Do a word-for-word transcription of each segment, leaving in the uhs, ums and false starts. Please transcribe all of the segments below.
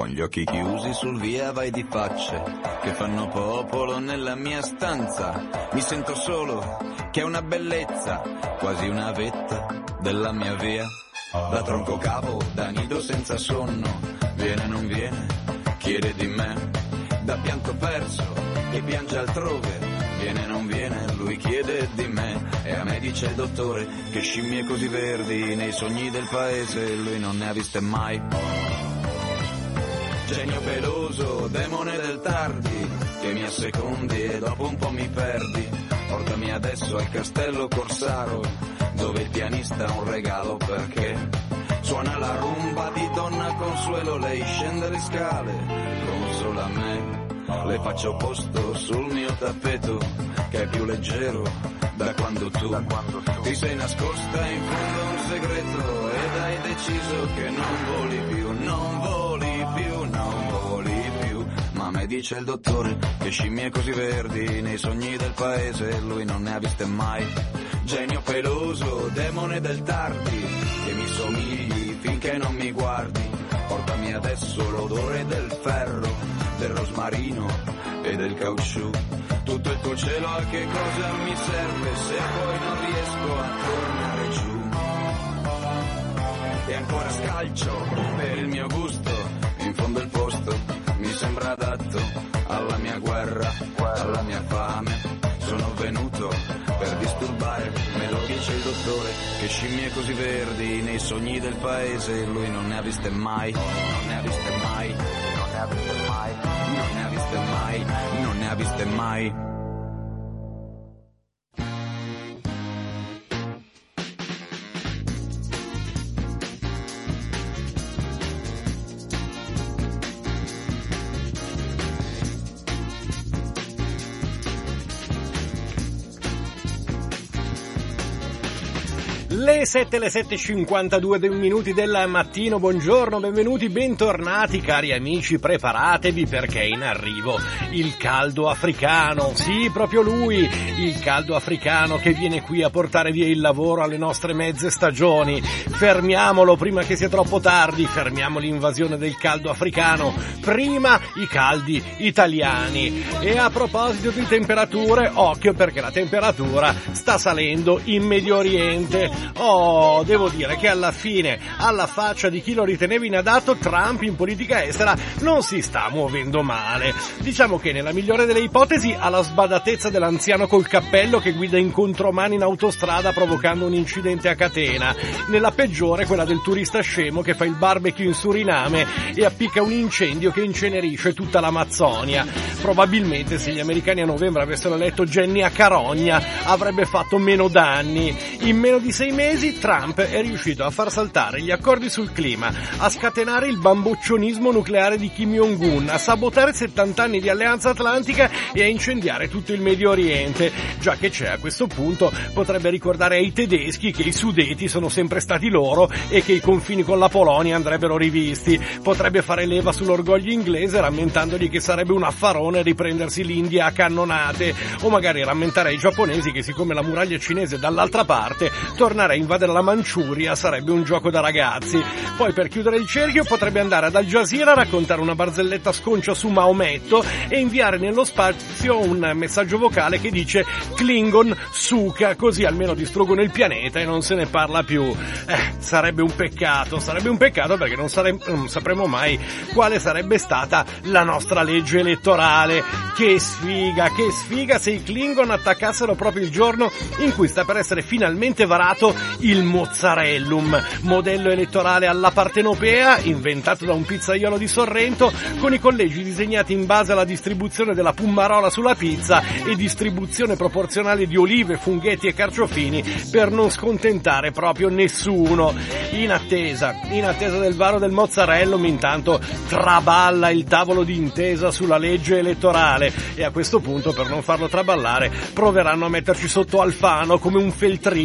con gli occhi chiusi sul via vai di facce che fanno popolo nella mia stanza. Mi sento solo, che è una bellezza, quasi una vetta della mia via. Da tronco cavo, da nido senza sonno, viene non viene, chiede di me. Da pianto perso, che piange altrove, viene non viene, lui chiede di me. E a me dice il dottore che scimmie così verdi nei sogni del paese lui non ne ha viste mai. Genio peloso, demone del tardi, che mi assecondi e dopo un po' mi perdi. Portami adesso al castello Corsaro, dove il pianista ha un regalo perché suona la rumba di Donna Consuelo. Lei scende le scale, consola me, le faccio posto sul mio tappeto che è più leggero da quando tu, da quando tu ti sei nascosta in fondo a un segreto ed hai deciso che non voli più, non voli più, non voli più. Ma me dice il dottore che scimmie così verdi nei sogni del paese lui non ne ha viste mai. Genio peloso, demone del tardi, che mi somigli finché non mi guardi. Portami adesso l'odore del ferro, del rosmarino e del caucciù. Tutto il tuo cielo a che cosa mi serve se poi non riesco a tornare giù. E ancora scalcio per il mio gusto, in fondo il posto mi sembra adatto alla mia guerra, alla mia fame. Sono venuto per disturbare, me lo dice il dottore, che scimmie così verdi nei sogni del paese lui non ne ha viste mai, non ne ha viste mai, non ne ha viste mai, non ne ha viste mai, non ne ha viste mai. Le sette, le sette e cinquantadue minuti del mattino, buongiorno, benvenuti, bentornati cari amici, preparatevi perché è in arrivo il caldo africano, sì, proprio lui, il caldo africano che viene qui a portare via il lavoro alle nostre mezze stagioni. Fermiamolo prima che sia troppo tardi, fermiamo l'invasione del caldo africano, prima i caldi italiani. E a proposito di temperature, occhio perché la temperatura sta salendo in Medio Oriente. Oh, devo dire che alla fine, alla faccia di chi lo riteneva inadatto, Trump in politica estera non si sta muovendo male. Diciamo che nella migliore delle ipotesi ha la sbadatezza dell'anziano col cappello che guida in contromano in autostrada provocando un incidente a catena. Nella peggiore quella del turista scemo che fa il barbecue in Suriname e appicca un incendio che incenerisce tutta l'Amazzonia. Probabilmente se gli americani a novembre avessero eletto Jenny a Carogna avrebbe fatto meno danni. In meno di sei mesi Trump è riuscito a far saltare gli accordi sul clima, a scatenare il bamboccionismo nucleare di Kim Jong-un, a sabotare settanta anni di alleanza atlantica e a incendiare tutto il Medio Oriente. Già che c'è a questo punto potrebbe ricordare ai tedeschi che i Sudeti sono sempre stati loro e che i confini con la Polonia andrebbero rivisti. Potrebbe fare leva sull'orgoglio inglese rammentandogli che sarebbe un affarone riprendersi l'India a cannonate, o magari rammentare ai giapponesi che siccome la muraglia cinese è dall'altra parte tornare a invadere la Manciuria sarebbe un gioco da ragazzi. Poi per chiudere il cerchio potrebbe andare ad Al Jazeera a raccontare una barzelletta sconcia su Maometto e inviare nello spazio un messaggio vocale che dice Klingon suka, così almeno distruggono il pianeta e non se ne parla più. Eh, sarebbe un peccato, sarebbe un peccato perché non, sare- non sapremo mai quale sarebbe stata la nostra legge elettorale. Che sfiga, che sfiga se i Klingon attaccassero proprio il giorno in cui sta per essere finalmente varato il mozzarellum, modello elettorale alla partenopea inventato da un pizzaiolo di Sorrento con i collegi disegnati in base alla distribuzione della pummarola sulla pizza e distribuzione proporzionale di olive, funghetti e carciofini per non scontentare proprio nessuno. In attesa, in attesa del varo del mozzarellum intanto traballa il tavolo d'intesa sulla legge elettorale e a questo punto per non farlo traballare proveranno a metterci sotto Alfano come un feltrino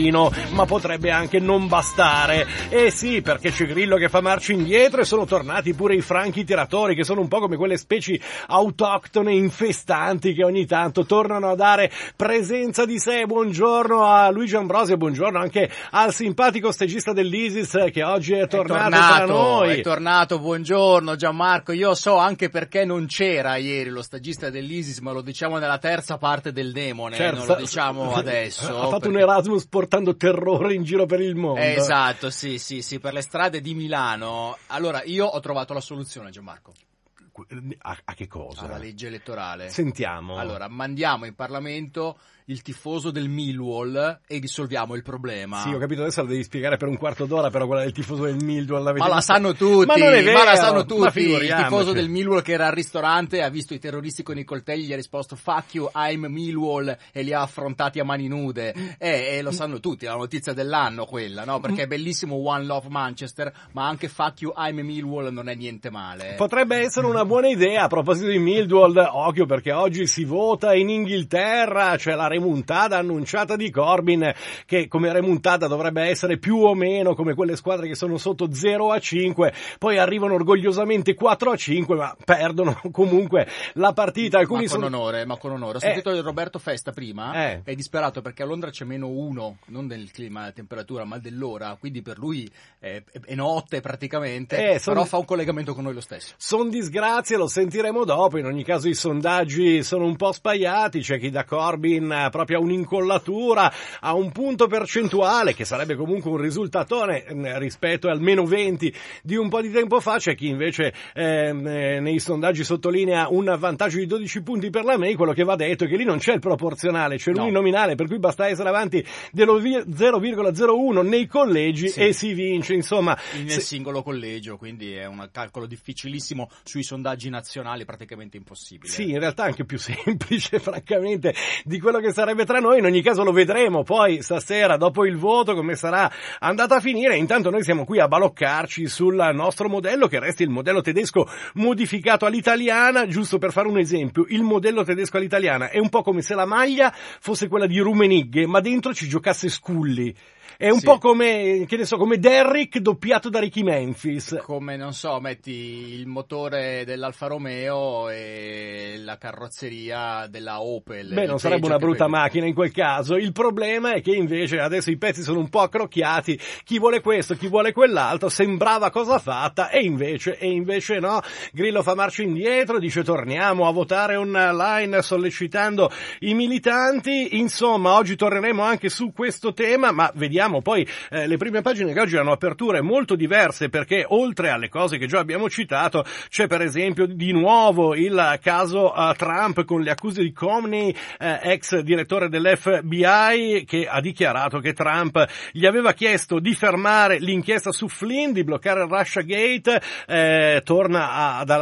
carino, ma potrebbe anche non bastare. Eh sì, perché c'è Grillo che fa marcia indietro e sono tornati pure i franchi tiratori, che sono un po' come quelle specie autoctone infestanti che ogni tanto tornano a dare presenza di sé. Buongiorno a Luigi Ambrosio, buongiorno anche al simpatico stagista dell'Isis che oggi è tornato, è tornato tra noi. È tornato, buongiorno Gianmarco. Io so anche perché non c'era ieri lo stagista dell'Isis, ma lo diciamo nella terza parte del Demone, certo, non lo diciamo adesso. Ha fatto perché... un Erasmus portando terrore in giro per il mondo. Esatto, sì, sì, sì, per le strade di Milano. Allora, io ho trovato la soluzione, Gianmarco. A, a che cosa? Alla legge elettorale. Sentiamo. Allora, mandiamo in Parlamento il tifoso del Millwall e risolviamo il problema. Sì, ho capito, adesso la devi spiegare per un quarto d'ora, però quella del tifoso del Millwall l'avete... Ma la sanno tutti, ma non è vero, ma la sanno tutti. Il tifoso del Millwall che era al ristorante, ha visto i terroristi con i coltelli, gli ha risposto fuck you, I'm Millwall, e li ha affrontati a mani nude. E, e lo sanno tutti, è la notizia dell'anno quella, no? Perché è bellissimo One Love Manchester, ma anche fuck you, I'm Millwall non è niente male. Potrebbe essere una buona idea a proposito di Millwall, occhio perché oggi si vota in Inghilterra, c'è la remontata annunciata di Corbyn, che come remontata dovrebbe essere più o meno come quelle squadre che sono sotto zero a cinque, poi arrivano orgogliosamente quattro a cinque, ma perdono comunque la partita. Alcuni ma con sono... onore, ma con onore. Ho sentito eh. Roberto Festa prima, eh. è disperato perché a Londra c'è meno uno, non del clima, della temperatura, ma dell'ora, quindi per lui è, è notte praticamente, eh, son... però fa un collegamento con noi lo stesso. Sono disgrazie, lo sentiremo dopo. In ogni caso i sondaggi sono un po' spaiati, c'è chi da Corbyn proprio a un'incollatura, a un punto percentuale, che sarebbe comunque un risultatone rispetto al meno venti di un po' di tempo fa, c'è chi invece eh, nei sondaggi sottolinea un vantaggio di dodici punti per la May. Quello che va detto è che lì non c'è il proporzionale, c'è l'uninominale, per cui basta essere avanti dello zero virgola zero uno nei collegi, sì, e si vince, insomma. Nel se... singolo collegio, quindi è un calcolo difficilissimo sui sondaggi nazionali, praticamente impossibile. Sì, in realtà anche più semplice, francamente, di quello che sarebbe tra noi. In ogni caso lo vedremo poi stasera, dopo il voto, come sarà andata a finire. Intanto noi siamo qui a baloccarci sul nostro modello, che resti il modello tedesco modificato all'italiana. Giusto per fare un esempio, il modello tedesco all'italiana è un po' come se la maglia fosse quella di Rummenigge, ma dentro ci giocasse Scully. È un sì. po' come, che ne so, come Derrick doppiato da Ricky Memphis. Come, non so, metti il motore dell'Alfa Romeo e la carrozzeria della Opel. Beh, non sarebbe una brutta per... macchina in quel caso. Il problema è che invece adesso i pezzi sono un po' accrocchiati. Chi vuole questo, chi vuole quell'altro. Sembrava cosa fatta e invece, e invece no. Grillo fa marcia indietro, dice torniamo a votare online sollecitando i militanti. Insomma, oggi torneremo anche su questo tema, ma vediamo poi eh, le prime pagine che oggi hanno aperture molto diverse, perché oltre alle cose che già abbiamo citato c'è per esempio di nuovo il caso uh, Trump con le accuse di Comey, eh, ex direttore dell'F B I, che ha dichiarato che Trump gli aveva chiesto di fermare l'inchiesta su Flynn, di bloccare il Russiagate. Eh, torna a, ad,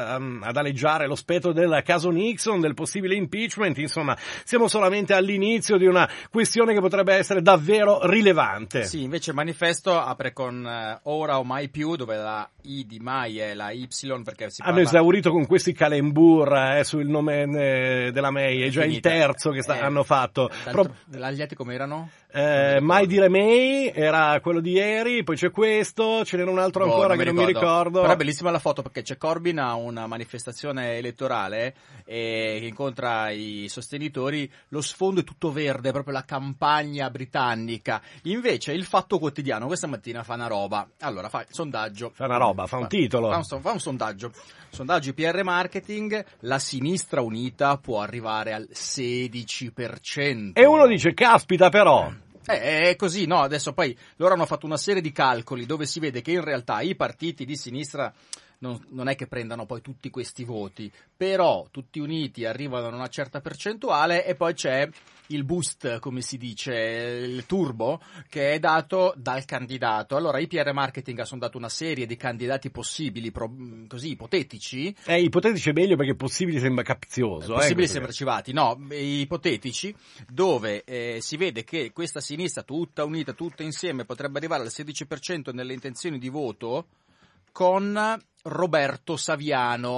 ad aleggiare lo spettro del caso Nixon, del possibile impeachment. Insomma, siamo solamente all'inizio di una questione che potrebbe essere davvero rilevante. Sì, invece il manifesto apre con uh, ora o mai più, dove la I di mai è la Y, perché si parla... Hanno esaurito con questi calembur eh, sul nome eh, della May, è, è già finita. Il terzo che sta- eh, hanno fatto. Pro... Gli altri come erano? Eh, mai dire May era quello di ieri, poi c'è questo, ce n'era un altro oh, ancora non che mi non mi ricordo. Però è bellissima la foto, perché c'è Corbyn a una manifestazione elettorale e incontra i sostenitori, lo sfondo è tutto verde, proprio la campagna britannica. Invece il Fatto Quotidiano questa mattina fa una roba, allora fa il sondaggio, fa una roba, fa un titolo, fa un, fa un sondaggio sondaggio P R Marketing, la sinistra unita può arrivare al sedici per cento e uno dice caspita però Eh, è così, no? Adesso poi loro hanno fatto una serie di calcoli dove si vede che in realtà i partiti di sinistra non, non è che prendano poi tutti questi voti, però tutti uniti arrivano a una certa percentuale e poi c'è il boost, come si dice, il turbo, che è dato dal candidato. Allora i P R Marketing ha sondato una serie di candidati possibili, pro, così ipotetici. Eh, ipotetici è meglio perché possibili sembra capzioso. Eh, possibili eh, sembra civati, no, ipotetici, dove eh, si vede che questa sinistra tutta unita, tutta insieme, potrebbe arrivare al sedici per cento nelle intenzioni di voto con Roberto Saviano.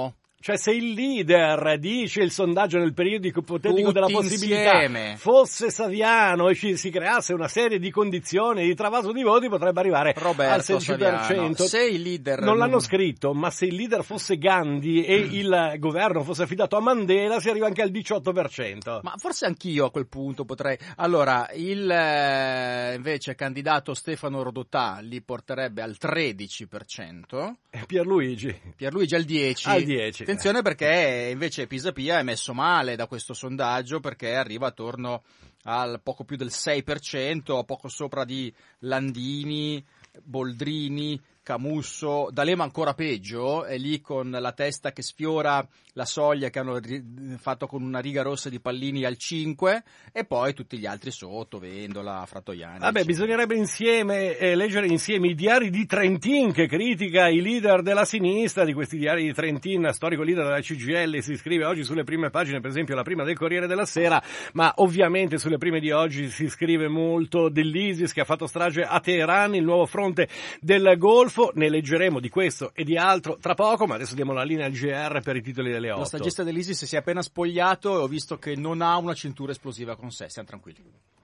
Cioè se il leader dice il sondaggio nel periodico ipotetico Tutti della possibilità insieme. fosse Saviano e ci si creasse una serie di condizioni di travaso di voti, potrebbe arrivare Roberto al sedici per cento. Saviano. Se il leader non l'hanno scritto, ma se il leader fosse Gandhi e il governo fosse affidato a Mandela si arriva anche al diciotto per cento. Ma forse anch'io a quel punto potrei. Allora, il eh, invece candidato Stefano Rodotà li porterebbe al tredici per cento. Pierluigi. Pierluigi al dieci. Al dieci. Attenzione perché invece Pisapia è messo male da questo sondaggio perché arriva attorno al poco più del sei per cento, poco sopra di Landini, Boldrini, Camusso, D'Alema ancora peggio, è lì con la testa che sfiora la soglia che hanno fatto con una riga rossa di Pallini al cinque e poi tutti gli altri sotto, Vendola, Frattoiani. Vabbè, bisognerebbe insieme eh, leggere insieme i diari di Trentin che critica i leader della sinistra. Di questi diari di Trentin, storico leader della C G I L, si scrive oggi sulle prime pagine, per esempio la prima del Corriere della Sera, ma ovviamente sulle prime di oggi si scrive molto dell'ISIS che ha fatto strage a Teheran, il nuovo fronte del Golfo. Ne leggeremo di questo e di altro tra poco, ma adesso diamo la linea al G R per i titoli delle otto. Lo stagista dell'ISIS si è appena spogliato e ho visto che non ha una cintura esplosiva con sé, stiamo tranquilli.